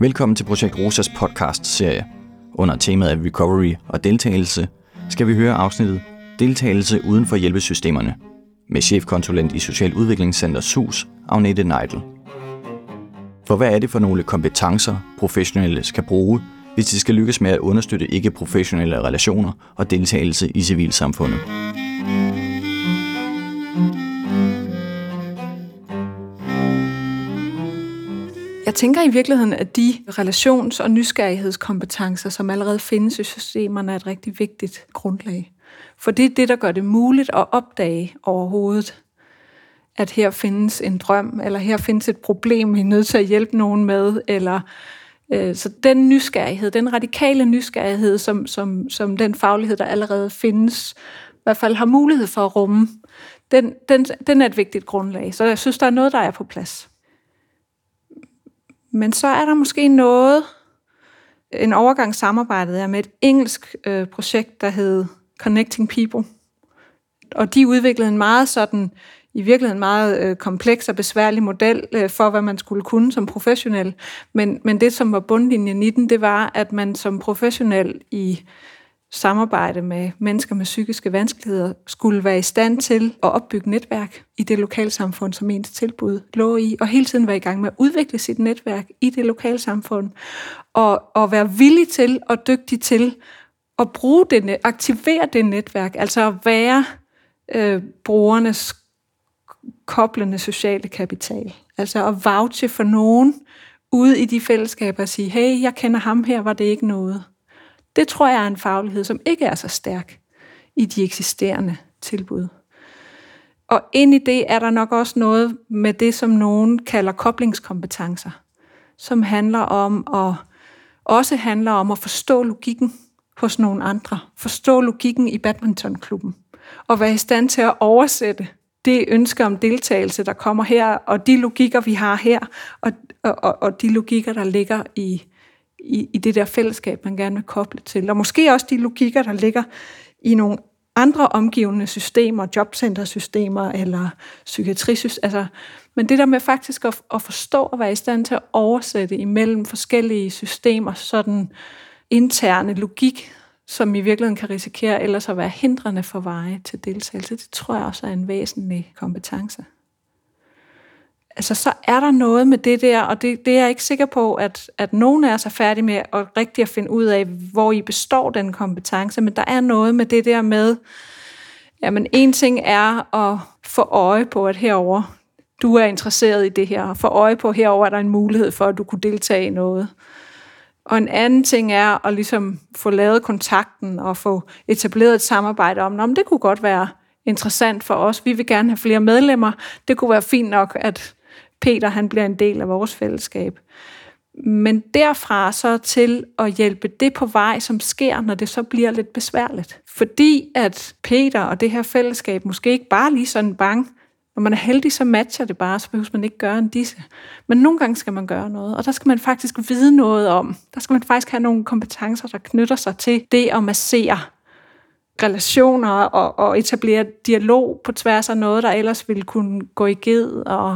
Velkommen til Projekt Rosas podcast-serie. Under temaet af recovery og deltagelse skal vi høre afsnittet Deltagelse uden for hjælpesystemerne med chefkonsulent i Social Udviklingscenter SUS, Agnete Neidel. For hvad er det for nogle kompetencer, professionelle skal bruge, hvis de skal lykkes med at understøtte ikke-professionelle relationer og deltagelse i civilsamfundet? Jeg tænker i virkeligheden, at de relations- og nysgerrighedskompetencer, som allerede findes i systemerne, er et rigtig vigtigt grundlag. For det er det, der gør det muligt at opdage overhovedet, at her findes en drøm, eller her findes et problem, vi er nødt til at hjælpe nogen med, eller så den nysgerrighed, den radikale nysgerrighed, som den faglighed, der allerede findes, i hvert fald har mulighed for at rumme, den er et vigtigt grundlag. Så jeg synes, der er noget, der er på plads. Men så er der måske en overgang samarbejdet er med et engelsk projekt, der hed Connecting People. Og de udviklede en meget sådan, i virkeligheden meget kompleks og besværlig model for, hvad man skulle kunne som professionel. Men det, som var bundlinjen i den, det var, at man som professionel i samarbejde med mennesker med psykiske vanskeligheder skulle være i stand til at opbygge netværk i det lokalsamfund, som ens tilbud lå i, og hele tiden være i gang med at udvikle sit netværk i det lokalsamfund, og være villig til og dygtig til at bruge det, aktivere det netværk, altså at være brugernes koblende sociale kapital. Altså at vouche for nogen ude i de fællesskaber og sige, hey, jeg kender ham her, var det ikke noget. Det tror jeg er en faglighed, som ikke er så stærk i de eksisterende tilbud. Og ind i det er der nok også noget med det, som nogen kalder koblingskompetencer, som handler om at forstå logikken hos nogle andre, forstå logikken i badmintonklubben, og være i stand til at oversætte det ønske om deltagelse, der kommer her, og de logikker, vi har her, og de logikker, der ligger i det der fællesskab, man gerne vil koble til. Og måske også de logikker, der ligger i nogle andre omgivende systemer, jobcentersystemer eller psykiatrisystemer. Altså, men det der med faktisk at forstå og være i stand til at oversætte imellem forskellige systemer, sådan interne logik, som i virkeligheden kan risikere ellers at være hindrende for veje til deltagelse, det tror jeg også er en væsentlig kompetence. Altså, så er der noget med det der, og det er jeg ikke sikker på, at nogen af os er færdige med at rigtig at finde ud af, hvor I består den kompetence, men der er noget med det der med, jamen en ting er at få øje på, at herover du er interesseret i det her, og få øje på, herover er der en mulighed for, at du kunne deltage i noget. Og en anden ting er at ligesom få lavet kontakten og få etableret et samarbejde om, det kunne godt være interessant for os. Vi vil gerne have flere medlemmer. Det kunne være fint nok, at Peter han bliver en del af vores fællesskab. Men derfra så til at hjælpe det på vej, som sker, når det så bliver lidt besværligt. Fordi at Peter og det her fællesskab måske ikke bare lige sådan bang, når man er heldig, så matcher det bare, så behøver man ikke gøre en disse. Men nogle gange skal man gøre noget, og der skal man faktisk vide noget om. Der skal man faktisk have nogle kompetencer, der knytter sig til det at massere relationer og etablere dialog på tværs af noget, der ellers ville kunne gå i ged,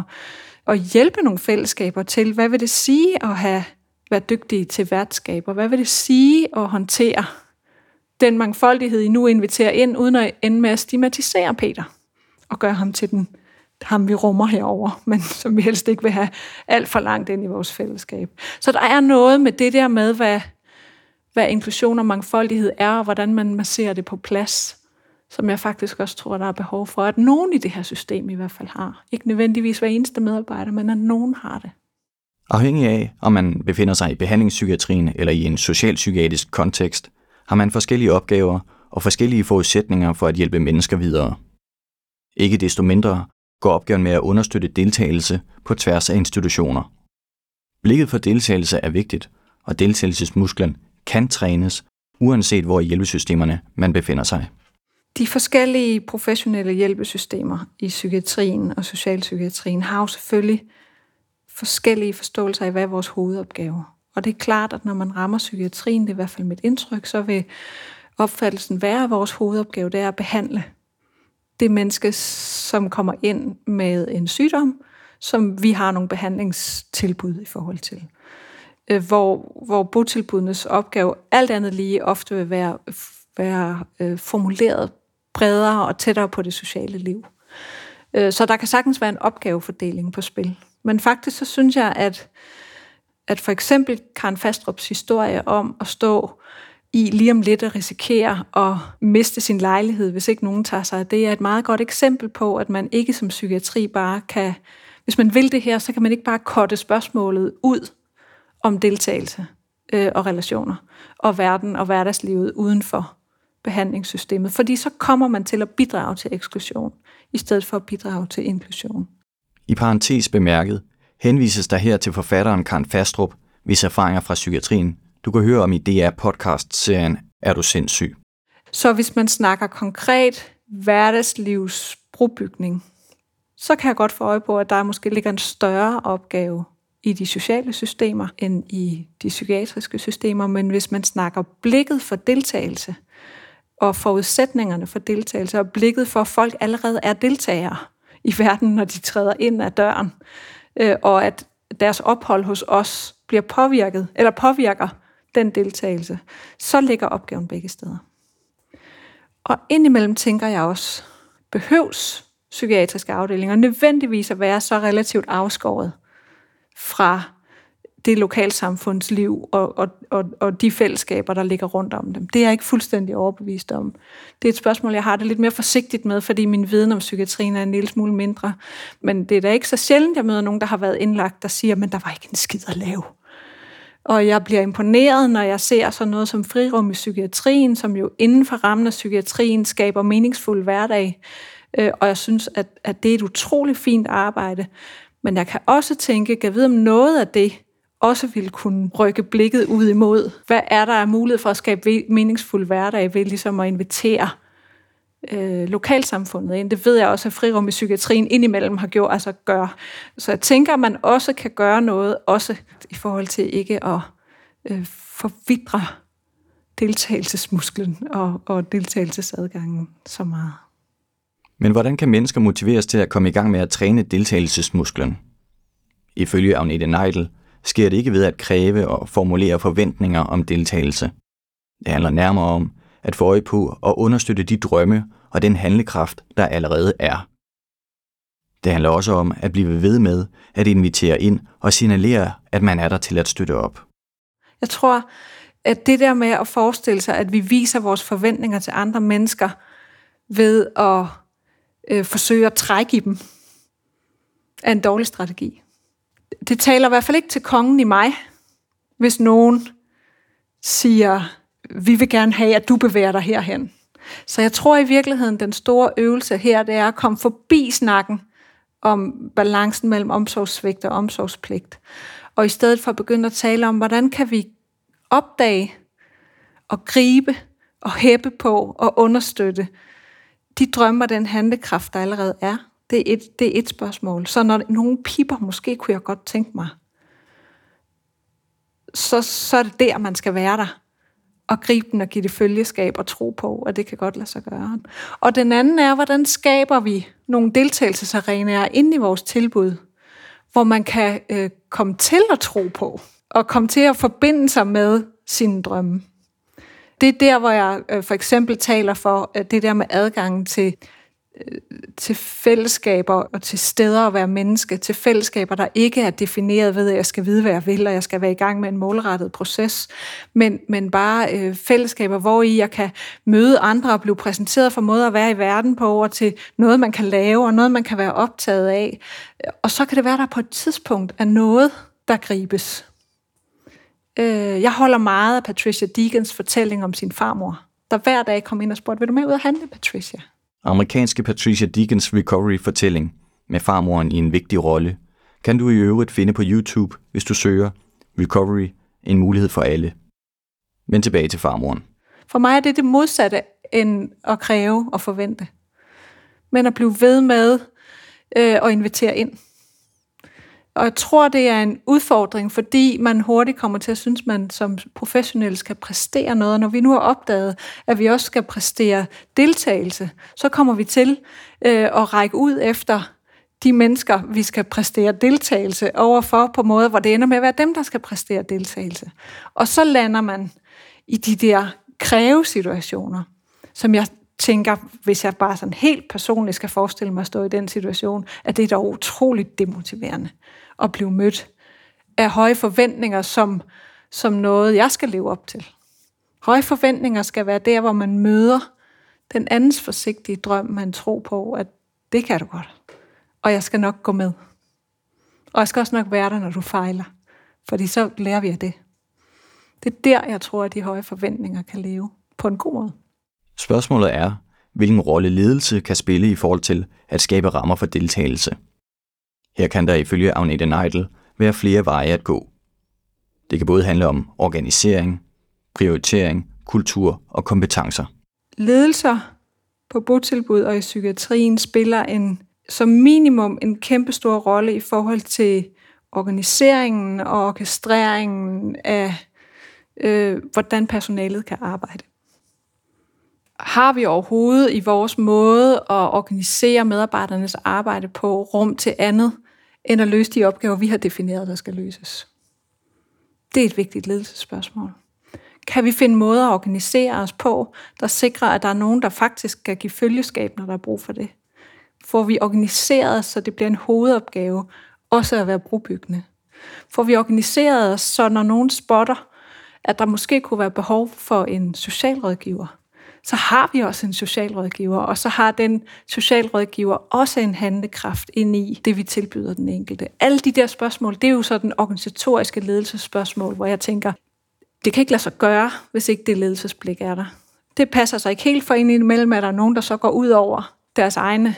og hjælpe nogle fællesskaber til, hvad vil det sige at være dygtige til værtskaber? Hvad vil det sige at håndtere den mangfoldighed, I nu inviterer ind, uden at ende med at stigmatisere Peter og gøre ham til ham vi rummer herover, men som vi helst ikke vil have alt for langt ind i vores fællesskab. Så der er noget med det der med, hvad inklusion og mangfoldighed er, og hvordan man masserer det på plads, som jeg faktisk også tror, der er behov for, at nogen i det her system i hvert fald har. Ikke nødvendigvis hver eneste medarbejder, men at nogen har det. Afhængig af, om man befinder sig i behandlingspsykiatrien eller i en socialpsykiatrisk kontekst, har man forskellige opgaver og forskellige forudsætninger for at hjælpe mennesker videre. Ikke desto mindre går opgaven med at understøtte deltagelse på tværs af institutioner. Blikket for deltagelse er vigtigt, og deltagelsesmusklen kan trænes, uanset hvor i hjælpesystemerne man befinder sig. De forskellige professionelle hjælpesystemer i psykiatrien og socialpsykiatrien har jo selvfølgelig forskellige forståelser af, hvad er vores hovedopgaver. Og det er klart, at når man rammer psykiatrien, det er i hvert fald mit indtryk, så vil opfattelsen være, at vores hovedopgave det er at behandle det menneske, som kommer ind med en sygdom, som vi har nogle behandlingstilbud i forhold til. hvor botilbudenes opgave alt andet lige ofte vil være formuleret bredere og tættere på det sociale liv. Så der kan sagtens være en opgavefordeling på spil. Men faktisk så synes jeg, at for eksempel Karen Fastrups historie om at stå i lige om lidt at risikere at miste sin lejlighed, hvis ikke nogen tager sig af det, er et meget godt eksempel på, at man ikke som psykiatri bare kan, hvis man vil det her, så kan man ikke bare korte spørgsmålet ud om deltagelse og relationer og verden og hverdagslivet uden for behandlingssystemet, fordi så kommer man til at bidrage til eksklusion, i stedet for at bidrage til inklusion. I parentes bemærket henvises der her til forfatteren Karen Fastrup, hvis erfaringer fra psykiatrien du kan høre om i DR-podcast-serien Er du sindssyg? Så hvis man snakker konkret hverdagslivs brobygning, så kan jeg godt få øje på, at der måske ligger en større opgave i de sociale systemer end i de psykiatriske systemer, men hvis man snakker blikket for deltagelse og forudsætningerne for deltagelse og blikket for, at folk allerede er deltagere i verden, når de træder ind ad døren, og at deres ophold hos os bliver påvirket, eller påvirker den deltagelse, så ligger opgaven begge steder. Og indimellem tænker jeg også, behøves psykiatriske afdelinger nødvendigvis at være så relativt afskåret fra det lokalsamfundsliv og de fællesskaber, der ligger rundt om dem. Det er jeg ikke fuldstændig overbevist om. Det er et spørgsmål, jeg har det lidt mere forsigtigt med, fordi min viden om psykiatrien er en lille smule mindre. Men det er da ikke så sjældent, jeg møder nogen, der har været indlagt, der siger, men der var ikke en skid at lave. Og jeg bliver imponeret, når jeg ser sådan noget som frirum i psykiatrien, som jo inden for rammen af psykiatrien skaber meningsfuld hverdag. Og jeg synes, at det er et utroligt fint arbejde. Men jeg kan også tænke, at jeg ved om noget af det også ville kunne rykke blikket ud imod. Hvad er der af mulighed for at skabe meningsfuld hverdag ved ligesom at invitere lokalsamfundet ind? Det ved jeg også, at frirum i psykiatrien indimellem har gjort, altså gør. Så jeg tænker, at man også kan gøre noget, også i forhold til ikke at forvidre deltagelsesmusklen og deltagelsesadgangen så meget. Men hvordan kan mennesker motiveres til at komme i gang med at træne deltagelsesmusklen? Ifølge Agnete Neidel sker det ikke ved at kræve og formulere forventninger om deltagelse. Det handler nærmere om at få øje på og understøtte de drømme og den handlekraft, der allerede er. Det handler også om at blive ved med at invitere ind og signalere, at man er der til at støtte op. Jeg tror, at det der med at forestille sig, at vi viser vores forventninger til andre mennesker ved at forsøge at trække i dem, er en dårlig strategi. Det taler i hvert fald ikke til kongen i mig, hvis nogen siger, vi vil gerne have, at du bevæger dig herhen. Så jeg tror i virkeligheden, den store øvelse her, det er at komme forbi snakken om balancen mellem omsorgssvigt og omsorgspligt. Og i stedet for at begynde at tale om, hvordan kan vi opdage og gribe og hæppe på og understøtte de drømmer, den handlekraft, der allerede er. Det er et spørgsmål. Så når nogen piper, måske kunne jeg godt tænke mig, så er det der, man skal være der. Og gribe den og give det følgeskab og tro på, at det kan godt lade sig gøre. Og den anden er, hvordan skaber vi nogle deltagelsesarenaer inde i vores tilbud, hvor man kan komme til at tro på, og komme til at forbinde sig med sine drømme. Det er der, hvor jeg for eksempel taler for det der med adgangen til fællesskaber og til steder at være menneske, til fællesskaber, der ikke er defineret ved, at jeg skal vide, hvad jeg vil, og jeg skal være i gang med en målrettet proces, men bare fællesskaber, hvor jeg kan møde andre og blive præsenteret for måder at være i verden på, og til noget, man kan lave, og noget, man kan være optaget af. Og så kan det være, der på et tidspunkt er noget, der gribes. Jeg holder meget af Patricia Deakins fortælling om sin farmor, der hver dag kom ind og spurgte, vil du med ud at handle, Patricia? Amerikanske Patricia Deakins recovery-fortælling med farmoren i en vigtig rolle kan du i øvrigt finde på YouTube, hvis du søger Recovery, en mulighed for alle. Men tilbage til farmoren. For mig er det modsatte end at kræve og forvente, men at blive ved med at invitere ind. Og jeg tror, det er en udfordring, fordi man hurtigt kommer til at synes, man som professionel skal præstere noget. Når vi nu har opdaget, at vi også skal præstere deltagelse, så kommer vi til at række ud efter de mennesker, vi skal præstere deltagelse overfor på måder, hvor det ender med at være dem, der skal præstere deltagelse. Og så lander man i de der krævesituationer, som jeg tænker, hvis jeg bare sådan helt personligt skal forestille mig at stå i den situation, at det er dog utroligt demotiverende at blive mødt af høje forventninger som noget, jeg skal leve op til. Høje forventninger skal være der, hvor man møder den andens forsigtige drøm, man tror på, at det kan du godt. Og jeg skal nok gå med. Og jeg skal også nok være der, når du fejler. Fordi så lærer vi af det. Det er der, jeg tror, at de høje forventninger kan leve på en god måde. Spørgsmålet er, hvilken rolle ledelse kan spille i forhold til at skabe rammer for deltagelse. Her kan der ifølge Agnete Neidel være flere veje at gå. Det kan både handle om organisering, prioritering, kultur og kompetencer. Ledelser på botilbud og i psykiatrien spiller som minimum en kæmpestor rolle i forhold til organiseringen og orkestreringen af, hvordan personalet kan arbejde. Har vi overhovedet i vores måde at organisere medarbejdernes arbejde på rum til andet, end at løse de opgaver, vi har defineret, der skal løses? Det er et vigtigt ledelsesspørgsmål. Kan vi finde måder at organisere os på, der sikrer, at der er nogen, der faktisk kan give følgeskab, når der er brug for det? Får vi organiseret os, så det bliver en hovedopgave, også at være brobyggende? Får vi organiseret os, så når nogen spotter, at der måske kunne være behov for en socialrådgiver, så har vi også en socialrådgiver, og så har den socialrådgiver også en handlekraft ind i det, vi tilbyder den enkelte. Alle de der spørgsmål, det er jo så den organisatoriske ledelsesspørgsmål, hvor jeg tænker, det kan ikke lade sig gøre, hvis ikke det ledelsesblik er der. Det passer sig ikke helt for ind imellem, at der er nogen, der så går ud over deres egne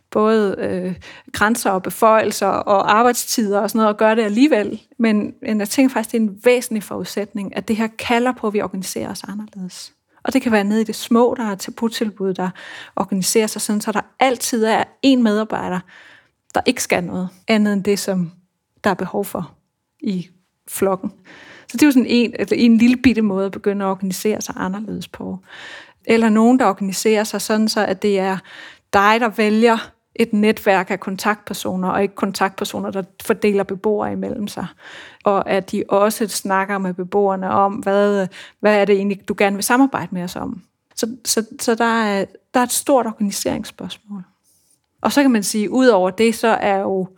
både grænser og beføjelser og arbejdstider og sådan noget, og gør det alligevel. Men jeg tænker faktisk, det er en væsentlig forudsætning, at det her kalder på, at vi organiserer os anderledes. Og det kan være nede i det små, der er til botilbud, der organiserer sig sådan, så der altid er en medarbejder, der ikke skal noget andet end det, som der er behov for i flokken. Så det er jo sådan en lille bitte måde at begynde at organisere sig anderledes på. Eller nogen, der organiserer sig sådan, så at det er dig, der vælger et netværk af kontaktpersoner, og ikke kontaktpersoner, der fordeler beboere imellem sig. Og at de også snakker med beboerne om, hvad er det egentlig, du gerne vil samarbejde med os om. Så der er et stort organiseringsspørgsmål. Og så kan man sige, ud over det, så er jo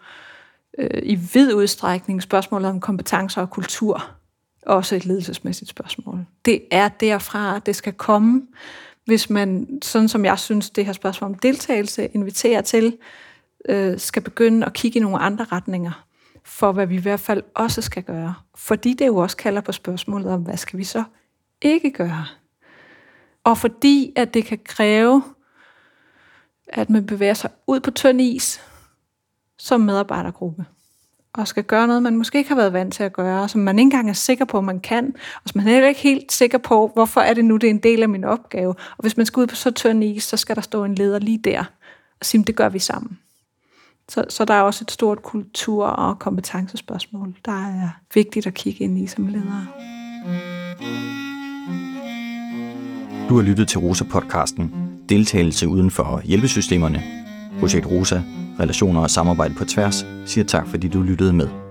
i vid udstrækning spørgsmålet om kompetencer og kultur også et ledelsesmæssigt spørgsmål. Det er derfra, det skal komme, hvis man, sådan som jeg synes, det her spørgsmål om deltagelse inviterer til, skal begynde at kigge i nogle andre retninger, for hvad vi i hvert fald også skal gøre. Fordi det jo også kalder på spørgsmålet om, hvad skal vi så ikke gøre? Og fordi, at det kan kræve, at man bevæger sig ud på tynd is som medarbejdergruppe, og skal gøre noget, man måske ikke har været vant til at gøre, som man ikke engang er sikker på, man kan, og som man heller ikke helt sikker på, hvorfor er det nu, det er en del af min opgave. Og hvis man skal ud på så tynd is, så skal der stå en leder lige der, og sige, det gør vi sammen. Så der er også et stort kultur- og kompetencespørgsmål, der er vigtigt at kigge ind i som ledere. Du har lyttet til ROSA-podcasten Deltagelse uden for hjælpesystemerne. Projekt ROSA, relationer og samarbejde på tværs, siger tak, fordi du lyttede med.